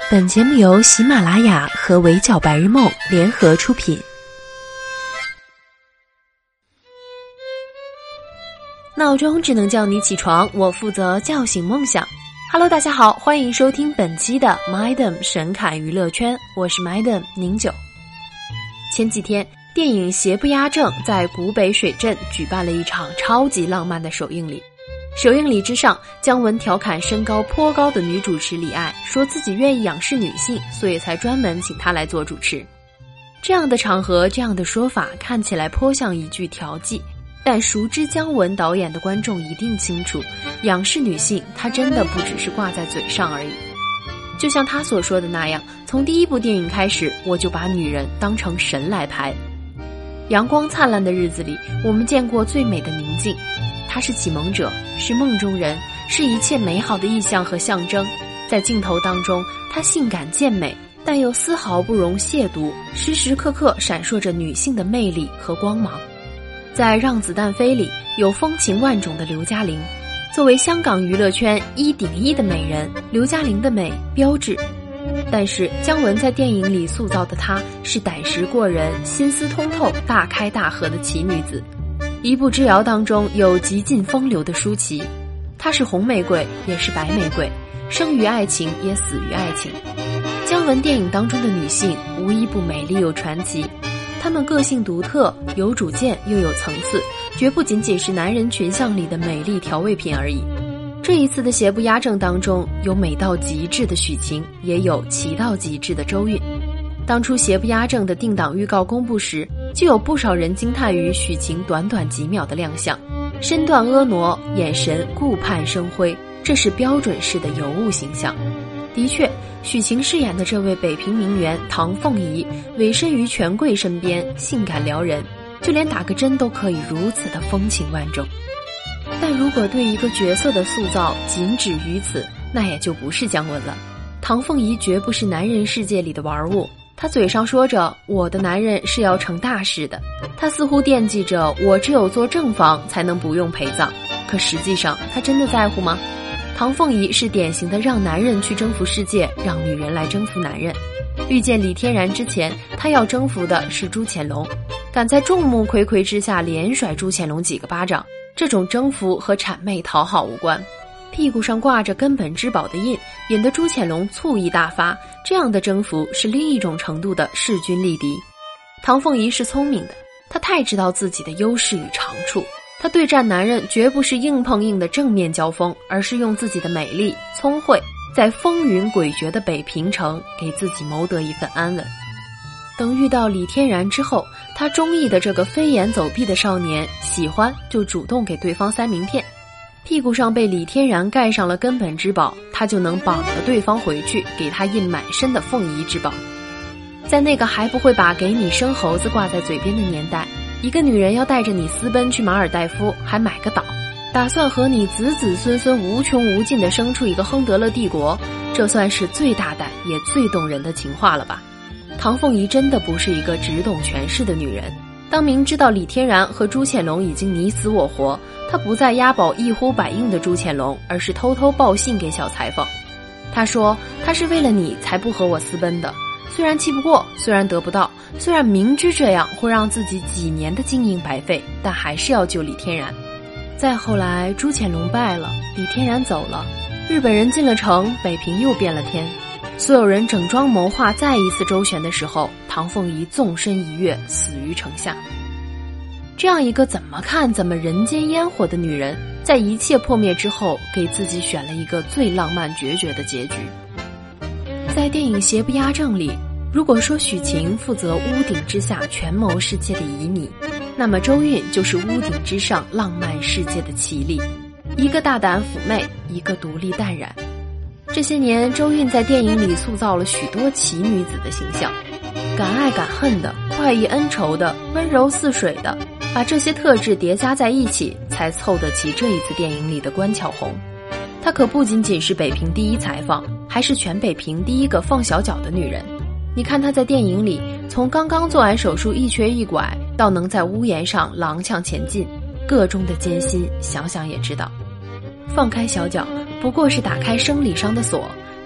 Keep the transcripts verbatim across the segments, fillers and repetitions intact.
本节目由喜马拉雅和围剿白日梦联合出品。闹钟只能叫你起床，我负责叫醒梦想。Hello， 大家好，欢迎收听本期的 Madam 神侃娱乐圈，我是 Madam 宁九。前几天，电影《邪不压正》在古北水镇举办了一场超级浪漫的首映礼。首映礼之上，姜文调侃身高颇高的女主持李艾，说自己愿意仰视女性，所以才专门请她来做主持。这样的场合，这样的说法看起来颇像一句调剂，但熟知姜文导演的观众一定清楚，仰视女性他真的不只是挂在嘴上而已。就像他所说的那样，从第一部电影开始，我就把女人当成神来拍。阳光灿烂的日子里，我们见过最美的宁静，她是启蒙者，是梦中人，是一切美好的意象和象征。在镜头当中，她性感健美，但又丝毫不容亵渎，时时刻刻闪烁着女性的魅力和光芒。在《让子弹飞》里，有风情万种的刘嘉玲，作为香港娱乐圈一顶一的美人，刘嘉玲的美标志。但是姜文在电影里塑造的她是胆识过人、心思通透、大开大合的奇女子。一步之遥当中有极尽风流的舒淇，她是红玫瑰也是白玫瑰，生于爱情也死于爱情。姜文电影当中的女性无一不美丽又传奇，她们个性独特，有主见又有层次，绝不仅仅是男人群像里的美丽调味品而已。这一次的邪不压正当中，有美到极致的许晴，也有奇到极致的周韵。当初邪不压正的定档预告公布时，就有不少人惊叹于许晴短短几秒的亮相，身段婀娜，眼神顾盼生辉，这是标准式的尤物形象。的确，许晴饰演的这位北平名媛唐凤仪，委身于权贵身边，性感撩人，就连打个针都可以如此的风情万种。但如果对一个角色的塑造仅止于此，那也就不是姜文了。唐凤仪绝不是男人世界里的玩物，她嘴上说着我的男人是要成大事的，她似乎惦记着我只有做正房才能不用陪葬，可实际上她真的在乎吗？唐凤仪是典型的让男人去征服世界，让女人来征服男人。遇见李天然之前，她要征服的是朱潜龙，敢在众目睽睽之下连甩朱潜龙几个巴掌，这种征服和谄媚讨好无关。屁股上挂着根本之宝的印，引得朱潜龙醋意大发，这样的征服是另一种程度的势均力敌。唐凤仪是聪明的，她太知道自己的优势与长处，她对战男人绝不是硬碰硬的正面交锋，而是用自己的美丽聪慧，在风云诡谲的北平城给自己谋得一份安稳。等遇到李天然之后，他中意的这个飞檐走壁的少年喜欢就主动给对方塞名片，屁股上被李天然盖上了根本之宝，他就能绑着对方回去，给他印满身的凤仪之宝。在那个还不会把给你生猴子挂在嘴边的年代，一个女人要带着你私奔去马尔代夫，还买个岛，打算和你子子孙孙无穷无尽地生出一个亨德勒帝国，这算是最大胆也最动人的情话了吧。唐凤仪真的不是一个只懂权势的女人，当明知道李天然和朱潜龙已经你死我活，她不再押宝一呼百应的朱潜龙，而是偷偷报信给小裁缝。她说她是为了你才不和我私奔的，虽然气不过，虽然得不到，虽然明知这样会让自己几年的经营白费，但还是要救李天然。再后来朱潜龙败了，李天然走了，日本人进了城，北平又变了天。所有人整装谋划再一次周旋的时候，唐凤仪纵身一跃，死于城下。这样一个怎么看怎么人间烟火的女人，在一切破灭之后，给自己选了一个最浪漫决绝的结局。在电影《邪不压正》里，如果说许晴负责屋顶之下权谋世界的旖旎，那么周韵就是屋顶之上浪漫世界的绮丽，一个大胆妩媚，一个独立淡然。这些年，周韵在电影里塑造了许多奇女子的形象，敢爱敢恨的，快意恩仇的，温柔似水的，把这些特质叠加在一起，才凑得起这一次电影里的关巧红。她可不仅仅是北平第一裁缝，还是全北平第一个放小脚的女人。你看她在电影里，从刚刚做完手术一瘸一拐，到能在屋檐上踉跄前进，个中的艰辛，想想也知道。放开小脚，不过是打开生理上的锁，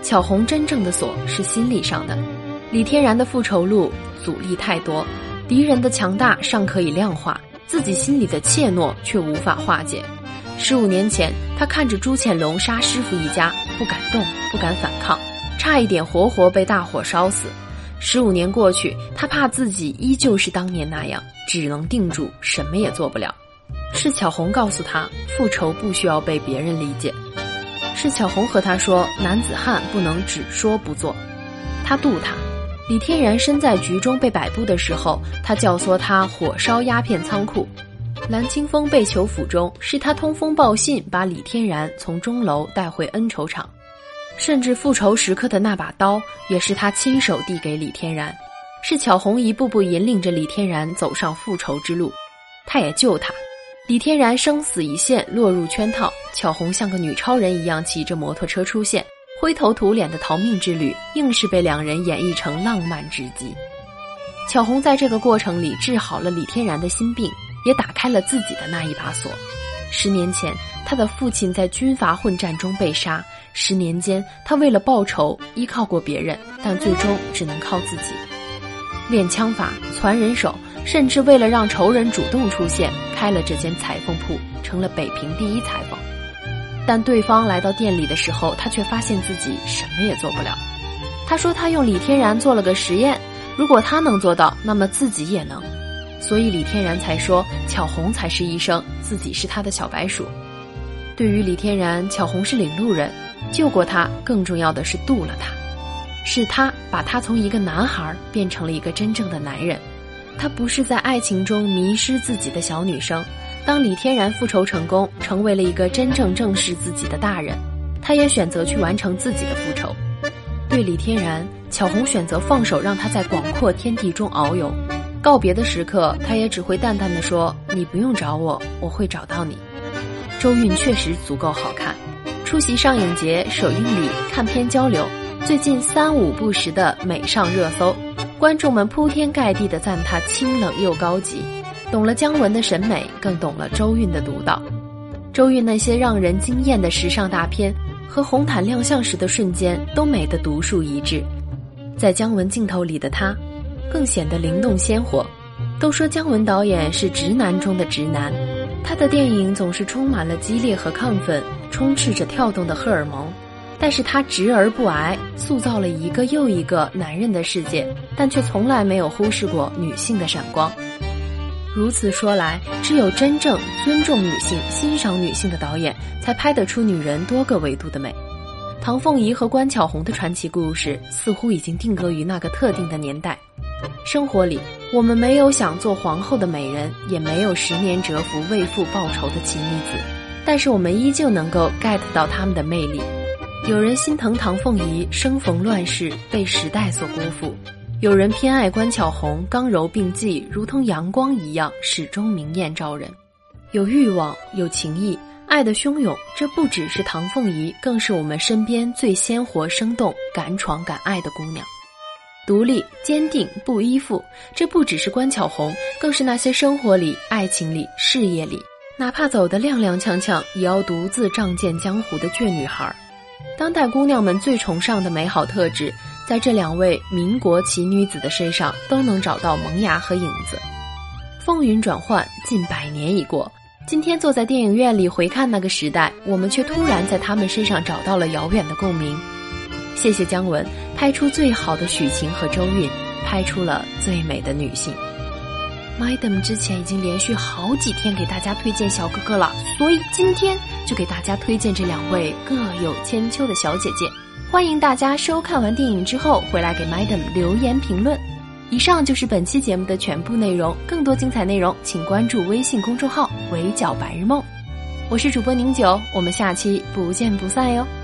巧红真正的锁是心理上的。李天然的复仇路阻力太多，敌人的强大尚可以量化，自己心里的怯懦却无法化解。十五年前，他看着朱潜龙杀师傅一家，不敢动，不敢反抗，差一点活活被大火烧死。十五年过去，他怕自己依旧是当年那样，只能定住，什么也做不了。是巧红告诉他，复仇不需要被别人理解。是巧红和他说，男子汉不能只说不做。他渡他。李天然身在局中被摆布的时候，他教唆他火烧鸦片仓库。蓝清风被囚府中，是他通风报信，把李天然从钟楼带回恩仇场。甚至复仇时刻的那把刀，也是他亲手递给李天然。是巧红一步步引领着李天然走上复仇之路，他也救他。李天然生死一线，落入圈套，巧红像个女超人一样骑着摩托车出现，灰头土脸的逃命之旅，硬是被两人演绎成浪漫之极。巧红在这个过程里治好了李天然的心病，也打开了自己的那一把锁。十年前，他的父亲在军阀混战中被杀，十年间，他为了报仇依靠过别人，但最终只能靠自己。练枪法，攒人手，甚至为了让仇人主动出现，开了这间裁缝铺，成了北平第一裁缝。但对方来到店里的时候，他却发现自己什么也做不了。他说他用李天然做了个实验，如果他能做到，那么自己也能。所以李天然才说巧红才是医生，自己是他的小白鼠。对于李天然，巧红是领路人，救过他，更重要的是渡了他。是他把他从一个男孩变成了一个真正的男人。他不是在爱情中迷失自己的小女生，当李天然复仇成功，成为了一个真正正视自己的大人，他也选择去完成自己的复仇。对李天然，巧红选择放手，让他在广阔天地中遨游。告别的时刻，他也只会淡淡地说，你不用找我，我会找到你。周韵确实足够好看，出席上影节、首映礼、看片交流，最近三五不时的美上热搜，观众们铺天盖地地赞她清冷又高级。懂了姜文的审美，更懂了周韵的独到。周韵那些让人惊艳的时尚大片和红毯亮相时的瞬间，都美得独树一帜。在姜文镜头里的她，更显得灵动鲜活。都说姜文导演是直男中的直男，他的电影总是充满了激烈和亢奋，充斥着跳动的荷尔蒙，但是他直而不癌，塑造了一个又一个男人的世界，但却从来没有忽视过女性的闪光。如此说来，只有真正尊重女性、欣赏女性的导演，才拍得出女人多个维度的美。唐凤仪和关巧红的传奇故事，似乎已经定格于那个特定的年代。生活里，我们没有想做皇后的美人，也没有十年蛰伏为父报仇的奇女子，但是我们依旧能够 get 到她们的魅力。有人心疼唐凤仪生逢乱世，被时代所辜负；有人偏爱关巧红刚柔并济，如同阳光一样始终明艳照人。有欲望，有情义，爱得汹涌，这不只是唐凤仪，更是我们身边最鲜活生动、敢闯敢爱的姑娘。独立、坚定、不依附，这不只是关巧红，更是那些生活里、爱情里、事业里，哪怕走得踉踉跄跄，也要独自仗剑江湖的倔女孩。当代姑娘们最崇尚的美好特质，在这两位民国奇女子的身上都能找到萌芽和影子。风云转换，近百年已过，今天坐在电影院里回看那个时代，我们却突然在她们身上找到了遥远的共鸣。谢谢姜文拍出最好的许晴和周韵，拍出了最美的女性。Madam 之前已经连续好几天给大家推荐小哥哥了，所以今天就给大家推荐这两位各有千秋的小姐姐。欢迎大家收看完电影之后回来给 Madam 留言评论。以上就是本期节目的全部内容，更多精彩内容请关注微信公众号围剿白日梦。我是主播宁九，我们下期不见不散哟。